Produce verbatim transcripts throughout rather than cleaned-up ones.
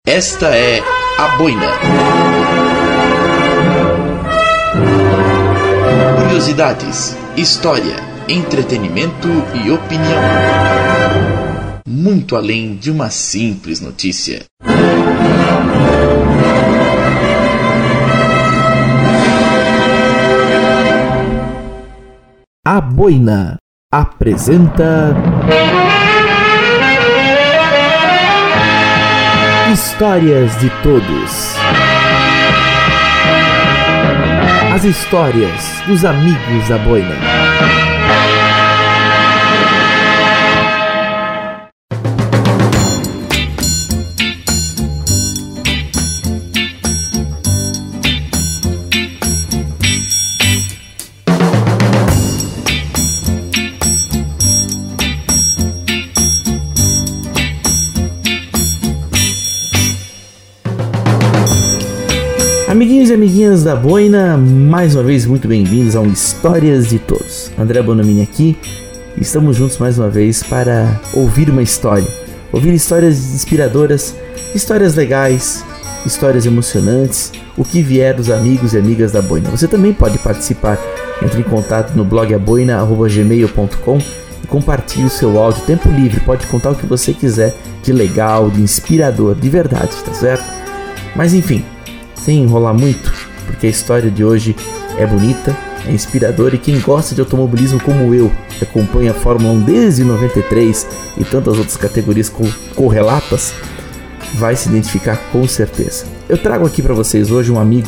Esta é a Boina. Curiosidades, história, entretenimento e opinião. Muito além de uma simples notícia. A Boina apresenta Histórias de Todos. As histórias dos amigos da Boina. Amiguinhos e amiguinhas da Boina, mais uma vez muito bem-vindos a um Histórias de Todos. André Bonomini aqui, e estamos juntos mais uma vez para ouvir uma história. Ouvir histórias inspiradoras, histórias legais, histórias emocionantes, o que vier dos amigos e amigas da Boina. Você também pode participar, entre em contato no blog aboina arroba gmail ponto com e compartilhe o seu áudio, tempo livre, pode contar o que você quiser de legal, de inspirador, de verdade, tá certo? Mas enfim, sem enrolar muito, porque a história de hoje é bonita, é inspiradora, e quem gosta de automobilismo como eu, que acompanha a Fórmula um desde noventa e três e tantas outras categorias correlatas, vai se identificar com certeza. Eu trago aqui para vocês hoje um amigo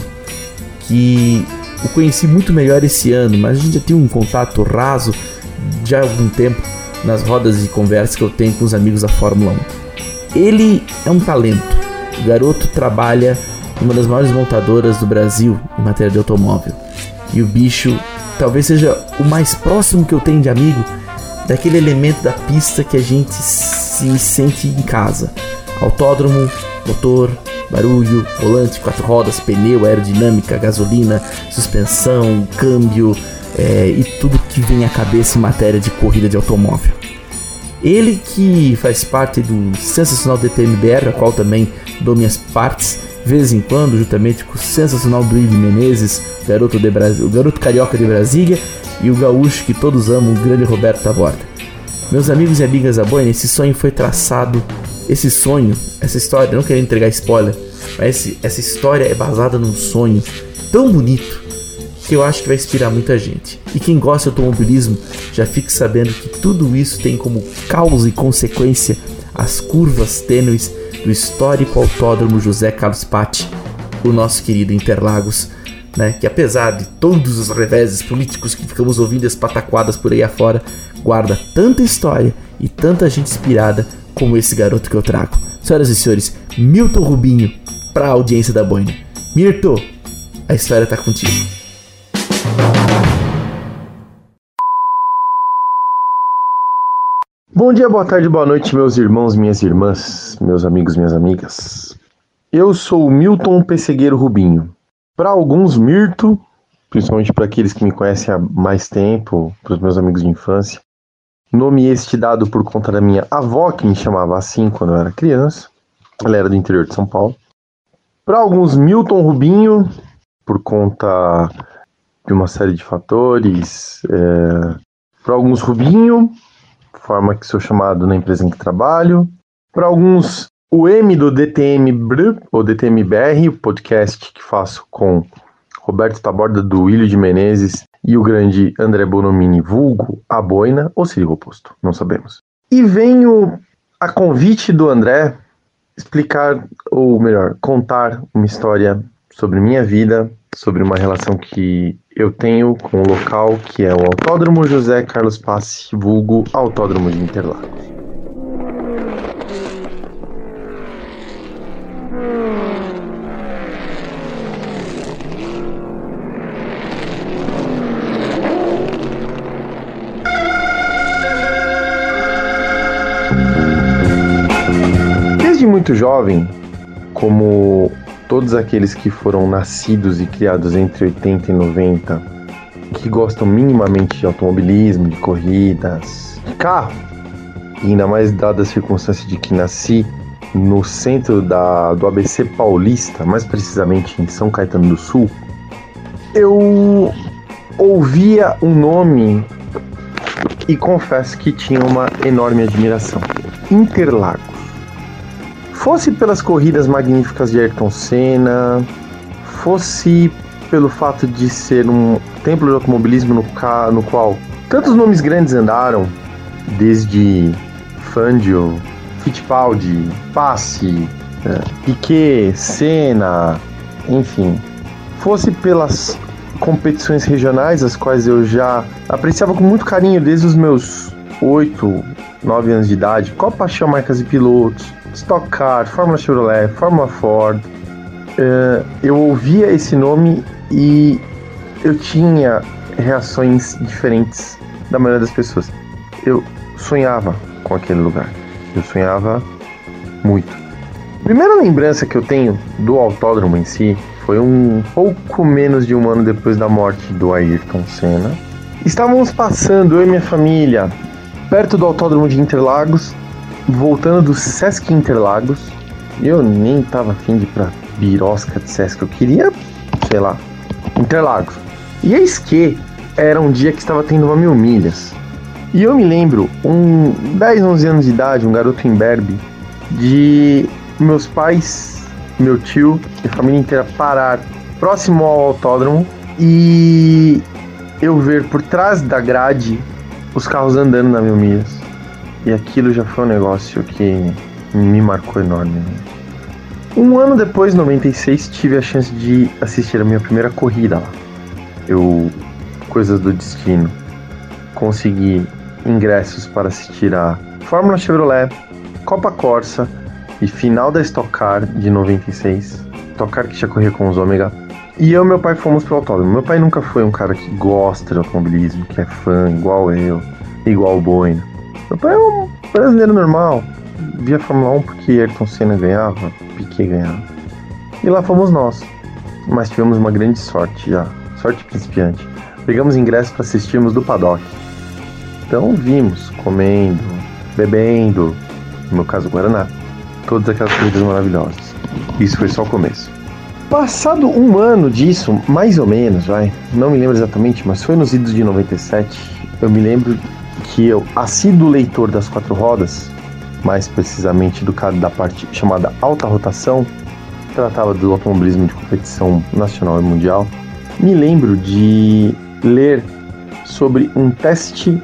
que eu conheci muito melhor esse ano, mas a gente já tem um contato raso já há algum tempo nas rodas de conversa que eu tenho com os amigos da Fórmula um. Ele é um talento, o garoto trabalha uma das maiores montadoras do Brasil em matéria de automóvel. E o bicho talvez seja o mais próximo que eu tenho de amigo daquele elemento da pista que a gente se sente em casa. Autódromo, motor, barulho, volante, quatro rodas, pneu, aerodinâmica, gasolina, suspensão, câmbio é, e tudo que vem à cabeça em matéria de corrida de automóvel. Ele que faz parte do sensacional D T M B R, a qual também dou minhas partes, de vez em quando, juntamente com o sensacional Duílio Menezes, o garoto, de Bras... o garoto carioca de Brasília, e o gaúcho que todos amam, o grande Roberto Taborda. Meus amigos e amigas da Boina, esse sonho foi traçado, esse sonho, essa história, não querendo entregar spoiler, mas esse, essa história é basada num sonho tão bonito que eu acho que vai inspirar muita gente. E quem gosta de automobilismo já fique sabendo que tudo isso tem como causa e consequência as curvas tênues do histórico autódromo José Carlos Patti, o nosso querido Interlagos, né, que apesar de todos os reveses políticos que ficamos ouvindo as pataquadas por aí afora, guarda tanta história e tanta gente inspirada como esse garoto que eu trago. Senhoras e senhores, Milton Rubinho, para a audiência da Boina. Mirto, a história tá contigo. Bom dia, boa tarde, boa noite, meus irmãos, minhas irmãs, meus amigos, minhas amigas. Eu sou o Milton Pessegueiro Rubinho. Para alguns, Mirto, principalmente para aqueles que me conhecem há mais tempo, para os meus amigos de infância. Nome este dado por conta da minha avó, que me chamava assim quando eu era criança. Ela era do interior de São Paulo. Para alguns, Milton Rubinho, por conta de uma série de fatores. É... Para alguns, Rubinho, forma que sou chamado na empresa em que trabalho. Para alguns, o M do D T M B R, ou D T M B R, o podcast que faço com Roberto Taborda, do Duílio de Menezes e o grande André Bonomini, vulgo a Boina, ou seria o oposto, não sabemos. E venho, a convite do André, explicar, ou melhor, contar uma história sobre minha vida, sobre uma relação que eu tenho com o local, que é o Autódromo José Carlos Patti, vulgo Autódromo de Interlagos. Desde muito jovem, como todos aqueles que foram nascidos e criados entre oitenta e noventa, que gostam minimamente de automobilismo, de corridas, de carro, e ainda mais dada a circunstância de que nasci no centro da, do A B C Paulista, mais precisamente em São Caetano do Sul, eu ouvia um nome e confesso que tinha uma enorme admiração. Interlagos. Fosse pelas corridas magníficas de Ayrton Senna, fosse pelo fato de ser um templo de automobilismo no, ca- no qual tantos nomes grandes andaram, desde Fangio, Fittipaldi, Passi, é, Piquet, Senna, enfim. Fosse pelas competições regionais, as quais eu já apreciava com muito carinho desde os meus oito, nove anos de idade. Copa Shell Marcas e Pilotos, Stock Car, Fórmula Chevrolet, Fórmula Ford. Uh, eu ouvia esse nome e eu tinha reações diferentes da maioria das pessoas. Eu sonhava com aquele lugar. Eu sonhava muito. A primeira lembrança que eu tenho do autódromo em si foi um pouco menos de um ano depois da morte do Ayrton Senna. Estávamos passando, eu e minha família, perto do autódromo de Interlagos, voltando do Sesc Interlagos. Eu nem tava afim de ir pra birosca de Sesc, eu queria, sei lá, Interlagos. E eis que era um dia que estava tendo uma mil milhas. E eu me lembro, um dez, onze anos de idade, um garoto imberbe, de meus pais, meu tio e a família inteira parar próximo ao autódromo e eu ver por trás da grade os carros andando na mil milhas. E aquilo já foi um negócio que me marcou enormemente. Um ano depois, em noventa e seis, tive a chance de assistir a minha primeira corrida lá. Eu, coisas do destino, consegui ingressos para assistir a Fórmula Chevrolet, Copa Corsa e final da Stock Car de noventa e seis. Stock Car que já corria com os Ômega. E eu e meu pai fomos pro autódromo. Meu pai nunca foi um cara que gosta de automobilismo, que é fã, igual eu, igual o Boina. Meu pai é um brasileiro normal. Via Fórmula um porque Ayrton Senna ganhava, Piquet ganhava. E lá fomos nós. Mas tivemos uma grande sorte já. Sorte principiante. Pegamos ingressos para assistirmos do paddock. Então vimos, comendo, bebendo, no meu caso Guaraná, todas aquelas coisas maravilhosas. Isso foi só o começo. Passado um ano disso, mais ou menos, vai, não me lembro exatamente, mas foi nos idos de noventa e sete, eu me lembro que eu, assíduo leitor das quatro rodas, mais precisamente do caso da parte chamada alta rotação, tratava do automobilismo de competição nacional e mundial, me lembro de ler sobre um teste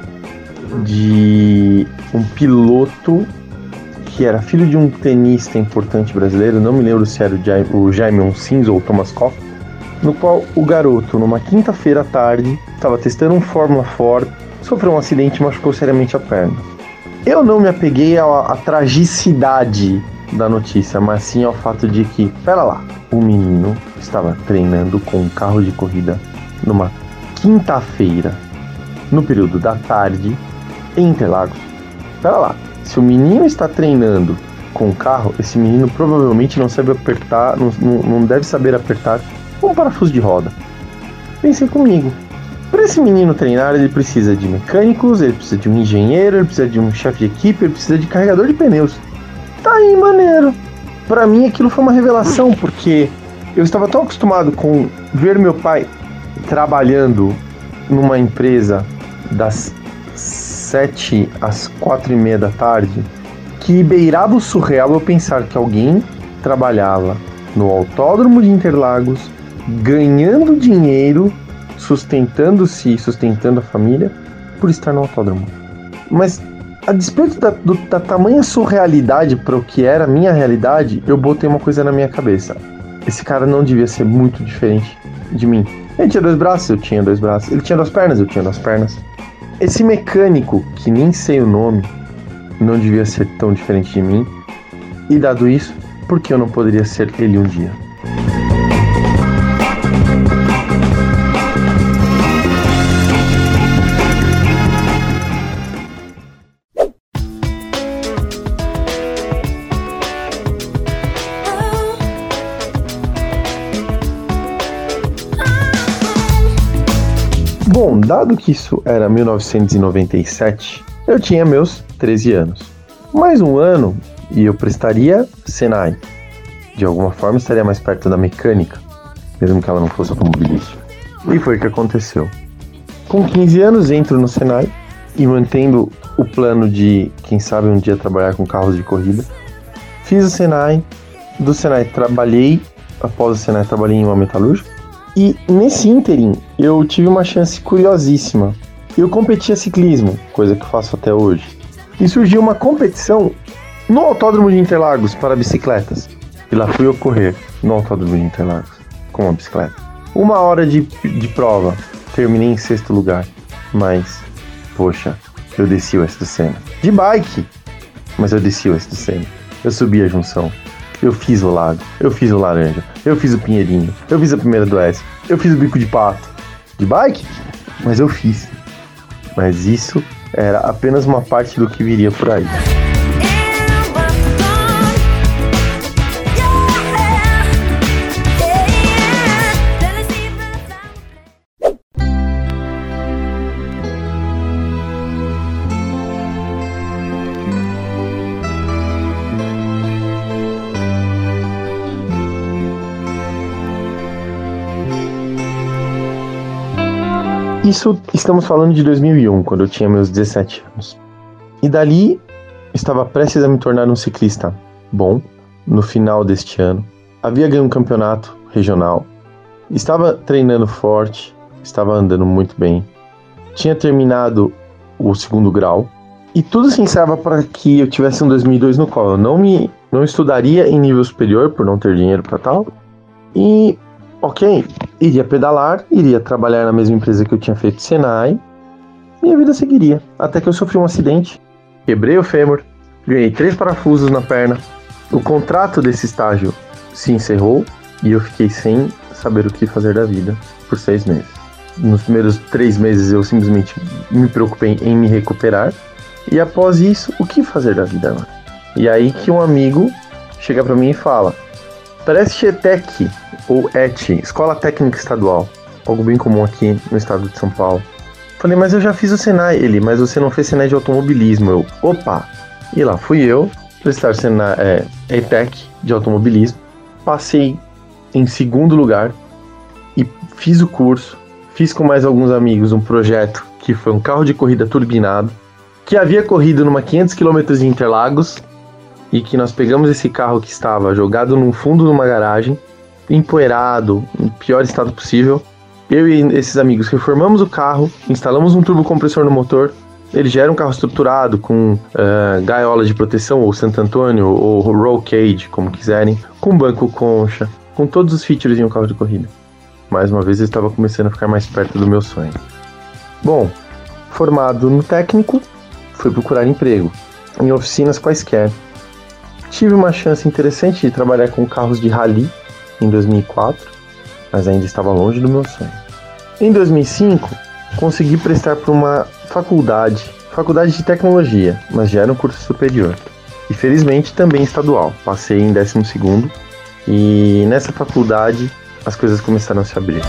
de um piloto que era filho de um tenista importante brasileiro, não me lembro se era o Jaime, o Jaime Onsins ou o Thomas Koff, no qual o garoto, numa quinta-feira à tarde, estava testando um Fórmula Ford, sofreu um acidente e machucou seriamente a perna. Eu não me apeguei à, à tragicidade da notícia, mas sim ao fato de que, pera lá, o menino estava treinando com um carro de corrida numa quinta-feira, no período da tarde, em Interlagos. Pera lá, se o menino está treinando com o carro, esse menino provavelmente não sabe apertar, não, não deve saber apertar um parafuso de roda. Pensei comigo, para esse menino treinar ele precisa de mecânicos, ele precisa de um engenheiro, ele precisa de um chefe de equipe, ele precisa de carregador de pneus. Tá aí, maneiro. Para mim aquilo foi uma revelação, porque eu estava tão acostumado com ver meu pai trabalhando numa empresa das sete às quatro e meia da tarde, que beirava o surreal eu pensar que alguém trabalhava no autódromo de Interlagos, ganhando dinheiro, sustentando-se e sustentando a família, por estar no autódromo. Mas, a despeito da, do, da tamanha surrealidade para o que era a minha realidade, eu botei uma coisa na minha cabeça. Esse cara não devia ser muito diferente de mim. Ele tinha dois braços, eu tinha dois braços. Ele tinha duas pernas, eu tinha duas pernas. Esse mecânico, que nem sei o nome, não devia ser tão diferente de mim. E dado isso, por que eu não poderia ser ele um dia? Bom, dado que isso era mil novecentos e noventa e sete, eu tinha meus treze anos. Mais um ano e eu prestaria Senai. De alguma forma estaria mais perto da mecânica, mesmo que ela não fosse automobilística. E foi o que aconteceu. Com quinze anos entro no Senai e mantendo o plano de, quem sabe, um dia trabalhar com carros de corrida. Fiz o Senai, do Senai trabalhei, após o Senai trabalhei em uma metalúrgica. E nesse ínterim eu tive uma chance curiosíssima. Eu competia ciclismo, coisa que eu faço até hoje. E surgiu uma competição no Autódromo de Interlagos para bicicletas. E lá fui eu correr no Autódromo de Interlagos com uma bicicleta. Uma hora de, de prova, terminei em sexto lugar. Mas, poxa, eu desci o S do Senna. De bike, mas eu desci o S do Senna. Eu subi a junção. Eu fiz o lago, eu fiz o laranja, eu fiz o pinheirinho, eu fiz a primeira do S, eu fiz o bico de pato. De bike? Mas eu fiz. Mas isso era apenas uma parte do que viria por aí. Isso estamos falando de dois mil e um, quando eu tinha meus dezessete anos. E dali, estava prestes a me tornar um ciclista bom, no final deste ano. Havia ganho um campeonato regional. Estava treinando forte, estava andando muito bem. Tinha terminado o segundo grau. E tudo se ensaiava para que eu tivesse um dois mil e dois no colo. Eu não, me, não estudaria em nível superior, por não ter dinheiro para tal. E... ok, iria pedalar, iria trabalhar na mesma empresa que eu tinha feito Senai, minha vida seguiria, até que eu sofri um acidente, quebrei o fêmur, ganhei três parafusos na perna, o contrato desse estágio se encerrou e eu fiquei sem saber o que fazer da vida por seis meses. Nos primeiros três meses eu simplesmente me preocupei em me recuperar e após isso, o que fazer da vida agora? E aí que um amigo chega pra mim e fala: preste ETEC, ou E T, Escola Técnica Estadual, algo bem comum aqui no estado de São Paulo. Falei, mas eu já fiz o Senai. Ele, mas você não fez Senai de automobilismo. Eu, opa! E lá fui eu, prestar Senai, é, ETEC de automobilismo. Passei em segundo lugar e fiz o curso. Fiz com mais alguns amigos um projeto que foi um carro de corrida turbinado, que havia corrido numa quinhentos quilômetros de Interlagos, e que nós pegamos esse carro que estava jogado no fundo de uma garagem, empoeirado, no pior estado possível. Eu e esses amigos reformamos o carro, instalamos um turbocompressor no motor. Ele já era um carro estruturado com uh, gaiola de proteção, ou Santo Antônio, ou roll cage, como quiserem, com banco concha, com todos os features em um carro de corrida. Mais uma vez eu estava começando a ficar mais perto do meu sonho. Bom, formado no técnico, fui procurar emprego em oficinas quaisquer. Tive uma chance interessante de trabalhar com carros de rally em dois mil e quatro, mas ainda estava longe do meu sonho. Em dois mil e cinco, consegui prestar para uma faculdade, faculdade de tecnologia, mas já era um curso superior. E felizmente também estadual, passei em décimo segundo e nessa faculdade as coisas começaram a se abrir.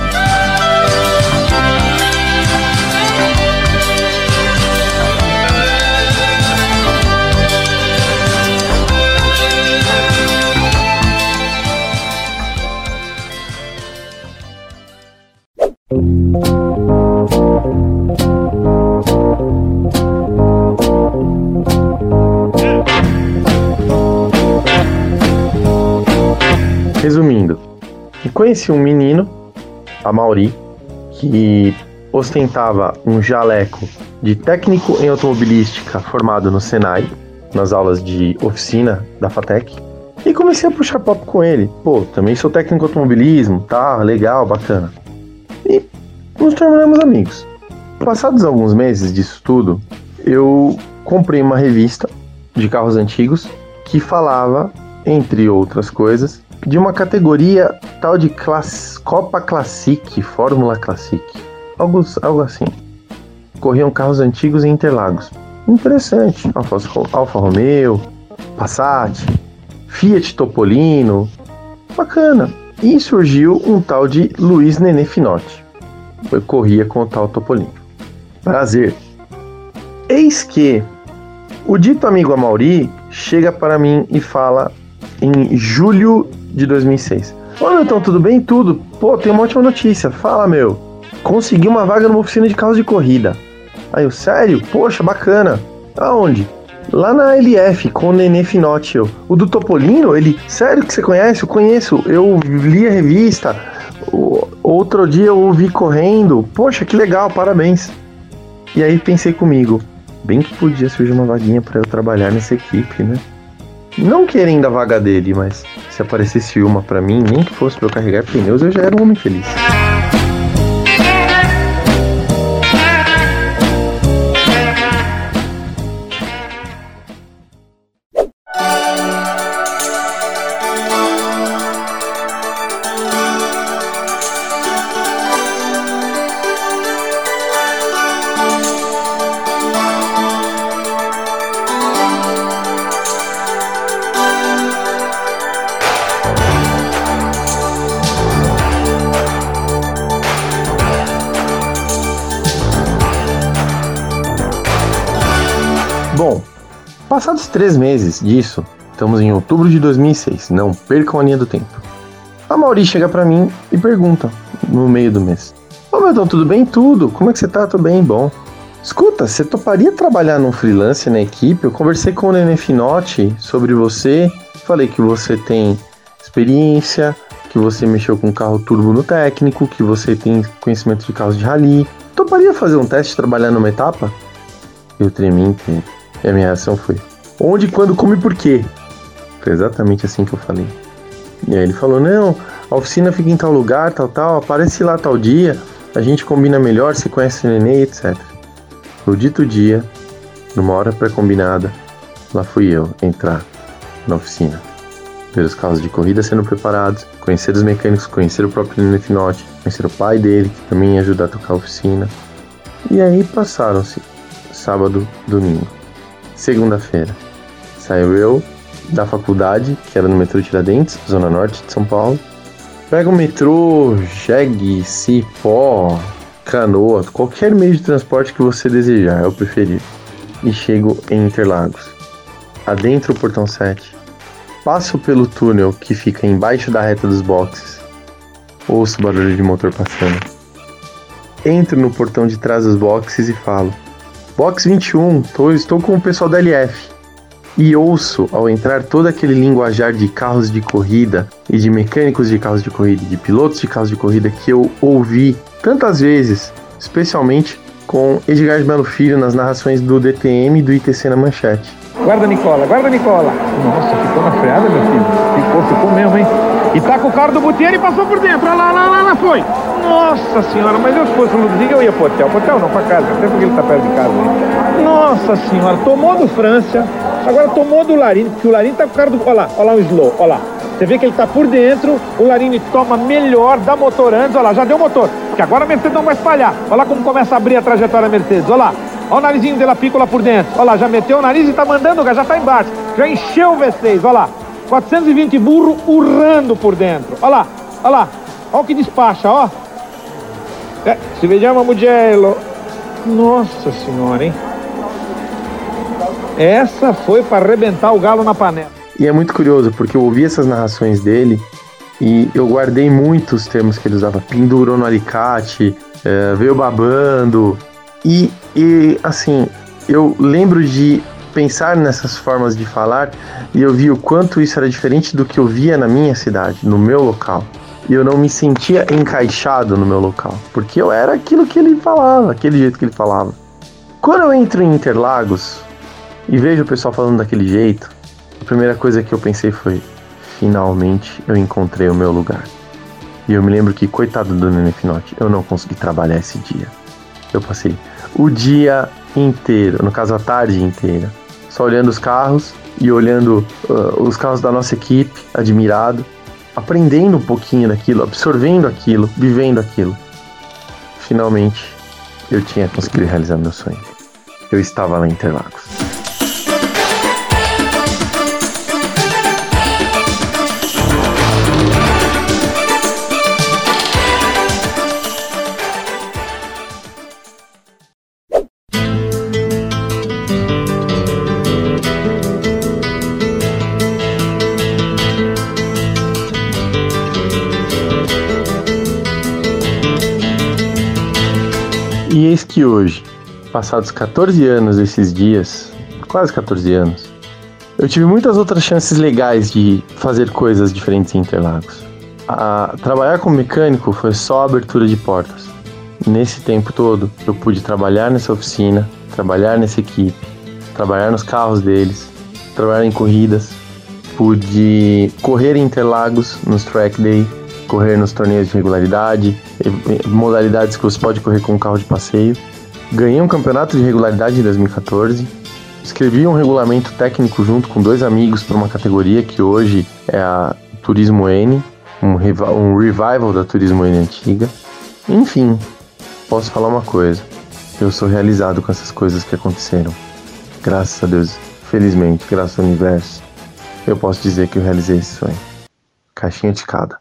Resumindo, conheci um menino, Amaury, que ostentava um jaleco de técnico em automobilística formado no Senai, nas aulas de oficina da FATEC, e comecei a puxar papo com ele. Pô, também sou técnico em automobilismo, tá, legal, bacana. E nos tornamos amigos. Passados alguns meses disso tudo, eu comprei uma revista de carros antigos que falava, entre outras coisas, de uma categoria tal de class... Copa Classic, Fórmula Classic, algo, algo assim. Corriam carros antigos em Interlagos. Interessante, Alfa, Alfa Romeo, Passat, Fiat Topolino, bacana. E surgiu um tal de Luiz Nenê Finotti. Eu corria com o tal Topolino. Prazer. Eis que o dito amigo Amaury chega para mim e fala em julho de dois mil e seis. Ô Milton, tudo bem? Tudo? Pô, tem uma ótima notícia. Fala, meu. Consegui uma vaga numa oficina de carros de corrida. Aí eu, sério? Poxa, bacana. Aonde? Lá na L F, com o Nenê Finotti. Eu, o do Topolino? Ele, sério que você conhece? Eu conheço. Eu li a revista. O, outro dia eu ouvi correndo. Poxa, que legal, parabéns. E aí pensei comigo, bem que podia surgir uma vaguinha pra eu trabalhar nessa equipe, né? Não querendo a vaga dele, mas se aparecesse uma pra mim, nem que fosse pra eu carregar pneus, eu já era um homem feliz. Bom, passados três meses disso, estamos em outubro de dois mil e seis, não percam a linha do tempo. A Mauri chega pra mim e pergunta, no meio do mês: Ô Milton, tudo bem? Tudo? Como é que você tá? Tudo bem? Bom. Escuta, você toparia trabalhar num freelance na equipe? Eu conversei com o Nenê Finotti sobre você, falei que você tem experiência, que você mexeu com carro turbo no técnico, que você tem conhecimento de carros de rally. Toparia fazer um teste e trabalhar numa etapa? Eu tremi inteiro. E a minha reação foi: onde, quando, como e por quê? Foi exatamente assim que eu falei. E aí ele falou: não, a oficina fica em tal lugar, tal, tal, aparece lá tal dia, a gente combina melhor, você conhece o Nenê, etcétera. No dito dia, numa hora pré-combinada, lá fui eu entrar na oficina. Ver os carros de corrida sendo preparados, conhecer os mecânicos, conhecer o próprio Nenê Finotti, conhecer o pai dele, que também ia ajudar a tocar a oficina. E aí passaram-se sábado, domingo. Segunda-feira, saiu eu da faculdade, que era no metrô Tiradentes, zona norte de São Paulo. Pega o metrô, jegue, cipó, canoa, qualquer meio de transporte que você desejar, eu preferi. E chego em Interlagos. Adentro o portão sete. Passo pelo túnel que fica embaixo da reta dos boxes. Ouço o barulho de motor passando. Entro no portão de trás dos boxes e falo: Box vinte e um, tô, estou com o pessoal da L F. E ouço, ao entrar, todo aquele linguajar de carros de corrida e de mecânicos de carros de corrida, de pilotos de carros de corrida que eu ouvi tantas vezes, especialmente com Edgar de Melo Filho nas narrações do D T M e do I T C na manchete. Guarda Nicola, guarda Nicola. Nossa, ficou na freada, meu filho. Ficou, ficou mesmo, hein? E tá com o carro do Butier e passou por dentro. Olha lá, lá, lá, lá foi. Nossa senhora, mas eu se fosse o Ludwig eu ia pro hotel. Pro hotel não, pra casa, até porque ele tá perto de casa. Hein? Nossa senhora, tomou do França, agora tomou do Larini, porque o Larini tá com o carro do... Olha lá, olha lá o slow, olha lá. Você vê que ele tá por dentro, o Larini toma melhor, dá motor antes, olha lá, já deu motor. Porque agora a Mercedes não vai espalhar. Olha lá como começa a abrir a trajetória da Mercedes, olha lá. Olha o narizinho dela pícola por dentro. Olha lá, já meteu o nariz e tá mandando, já tá embaixo. Já encheu o V seis, olha lá. quatrocentos e vinte burro urrando por dentro. Olha lá, olha lá. Olha o que despacha, ó. É, se vediamo Mugello. Nossa senhora, hein? Essa foi para arrebentar o galo na panela. E é muito curioso, porque eu ouvi essas narrações dele e eu guardei muitos termos que ele usava. Pendurou no alicate, é, veio babando. E, e, assim, eu lembro de pensar nessas formas de falar e eu vi o quanto isso era diferente do que eu via na minha cidade, no meu local. E eu não me sentia encaixado no meu local, porque eu era aquilo que ele falava, aquele jeito que ele falava. Quando eu entro em Interlagos e vejo o pessoal falando daquele jeito, a primeira coisa que eu pensei foi: finalmente eu encontrei o meu lugar. E eu me lembro que, coitado do Nenê Finotti, eu não consegui trabalhar esse dia. Eu passei o dia inteiro, no caso a tarde inteira, só olhando os carros e olhando uh, os carros da nossa equipe, admirado, aprendendo um pouquinho daquilo, absorvendo aquilo, vivendo aquilo. Finalmente, eu tinha conseguido realizar meu sonho. Eu estava lá em Interlagos. E eis que hoje, passados catorze anos desses dias, quase catorze anos, eu tive muitas outras chances legais de fazer coisas diferentes em Interlagos. A, trabalhar como mecânico foi só a abertura de portas. Nesse tempo todo, eu pude trabalhar nessa oficina, trabalhar nessa equipe, trabalhar nos carros deles, trabalhar em corridas, pude correr em Interlagos, nos track day, correr nos torneios de regularidade, modalidades que você pode correr com um carro de passeio. Ganhei um campeonato de regularidade em dois mil e catorze, escrevi um regulamento técnico junto com dois amigos para uma categoria que hoje é a Turismo N, um, revi- um revival da Turismo N antiga. Enfim, posso falar uma coisa, eu sou realizado com essas coisas que aconteceram. Graças a Deus, felizmente, graças ao universo, eu posso dizer que eu realizei esse sonho. Caixinha ticada.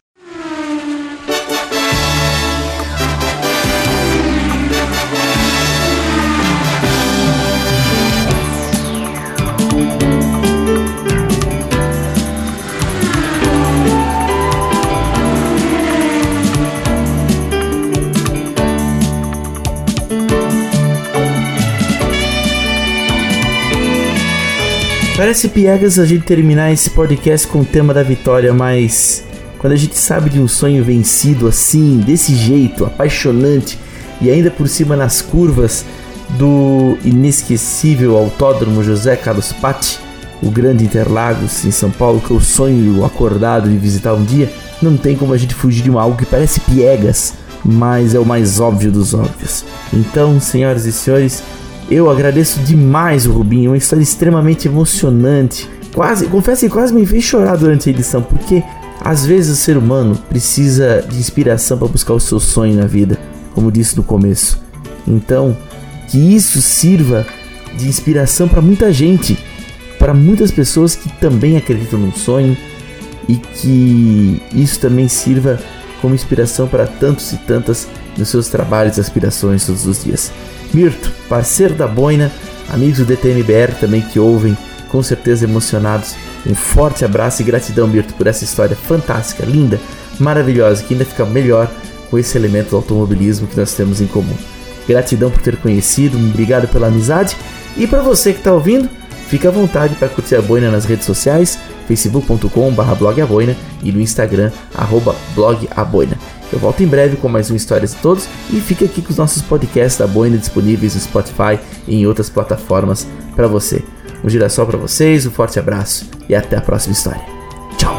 Parece piegas a gente terminar esse podcast com o tema da vitória, mas quando a gente sabe de um sonho vencido assim, desse jeito, apaixonante, e ainda por cima nas curvas do inesquecível Autódromo José Carlos Patti, o grande Interlagos em São Paulo, que eu sonho acordado de visitar um dia, não tem como a gente fugir de um algo que parece piegas, mas é o mais óbvio dos óbvios. Então, senhoras e senhores, eu agradeço demais o Rubinho, uma história extremamente emocionante. Quase, confesso que quase me fez chorar durante a edição, porque às vezes o ser humano precisa de inspiração para buscar o seu sonho na vida, como disse no começo. Então, que isso sirva de inspiração para muita gente, para muitas pessoas que também acreditam num sonho, e que isso também sirva como inspiração para tantos e tantas nos seus trabalhos e aspirações todos os dias. Mirto, parceiro da Boina, amigos do D T M B R também que ouvem, com certeza emocionados. Um forte abraço e gratidão, Mirto, por essa história fantástica, linda, maravilhosa, que ainda fica melhor com esse elemento do automobilismo que nós temos em comum. Gratidão por ter conhecido, obrigado pela amizade. E para você que está ouvindo, fica à vontade para curtir a Boina nas redes sociais, facebook ponto com barra blog a boina e no Instagram, arroba blog a boina. Eu volto em breve com mais um Histórias de Todos e fica aqui com os nossos podcasts da Boina disponíveis no Spotify e em outras plataformas para você. Um girassol para vocês, um forte abraço e até a próxima história. Tchau!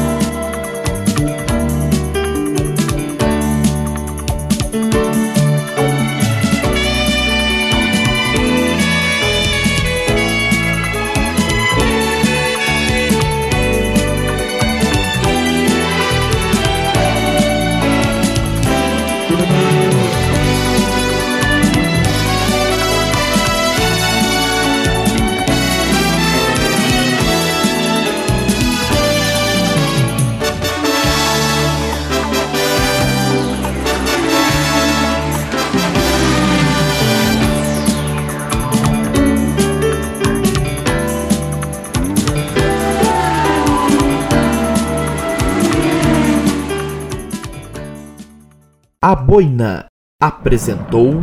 A Boina apresentou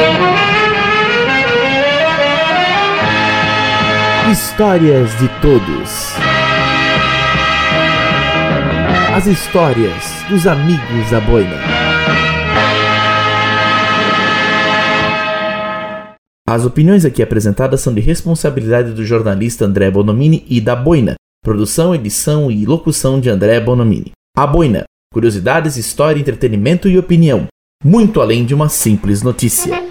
Histórias de Todos. As histórias dos amigos da Boina. As opiniões aqui apresentadas são de responsabilidade do jornalista André Bonomini e da Boina. Produção, edição e locução de André Bonomini. A Boina. Curiosidades, história, entretenimento e opinião. Muito além de uma simples notícia.